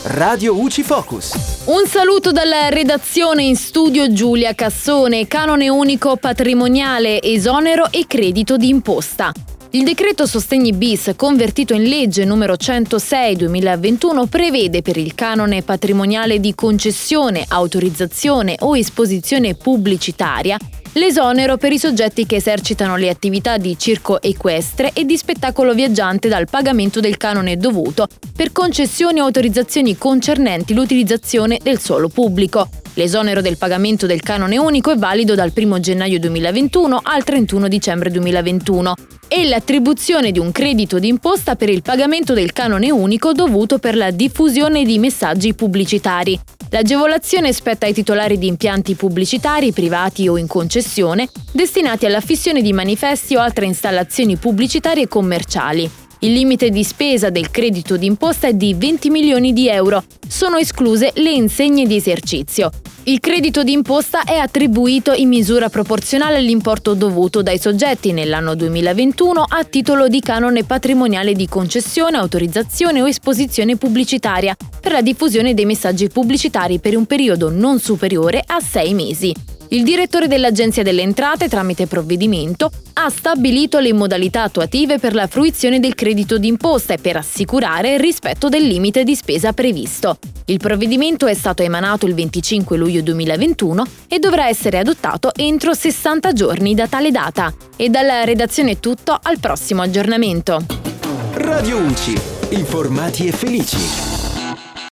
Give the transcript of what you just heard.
Radio UCI Focus. Un saluto dalla redazione, in studio Giulia Cassone. Canone unico patrimoniale, esonero e credito d'imposta. Il decreto Sostegni bis, convertito in legge numero 106/2021, prevede per il canone patrimoniale di concessione, autorizzazione o esposizione pubblicitaria l'esonero per i soggetti che esercitano le attività di circo equestre e di spettacolo viaggiante dal pagamento del canone dovuto per concessioni o autorizzazioni concernenti l'utilizzazione del suolo pubblico. L'esonero del pagamento del canone unico è valido dal 1 gennaio 2021 al 31 dicembre 2021 e l'attribuzione di un credito d'imposta per il pagamento del canone unico dovuto per la diffusione di messaggi pubblicitari. L'agevolazione spetta ai titolari di impianti pubblicitari privati o in concessione destinati all'affissione di manifesti o altre installazioni pubblicitarie commerciali. Il limite di spesa del credito d'imposta è di 20 milioni di euro. Sono escluse le insegne di esercizio. Il credito d'imposta è attribuito in misura proporzionale all'importo dovuto dai soggetti nell'anno 2021 a titolo di canone patrimoniale di concessione, autorizzazione o esposizione pubblicitaria per la diffusione dei messaggi pubblicitari per un periodo non superiore a 6 mesi. Il direttore dell'Agenzia delle Entrate, tramite provvedimento, ha stabilito le modalità attuative per la fruizione del credito d'imposta e per assicurare il rispetto del limite di spesa previsto. Il provvedimento è stato emanato il 25 luglio 2021 e dovrà essere adottato entro 60 giorni da tale data. E dalla redazione è tutto, al prossimo aggiornamento. Radio UCI, informati e felici.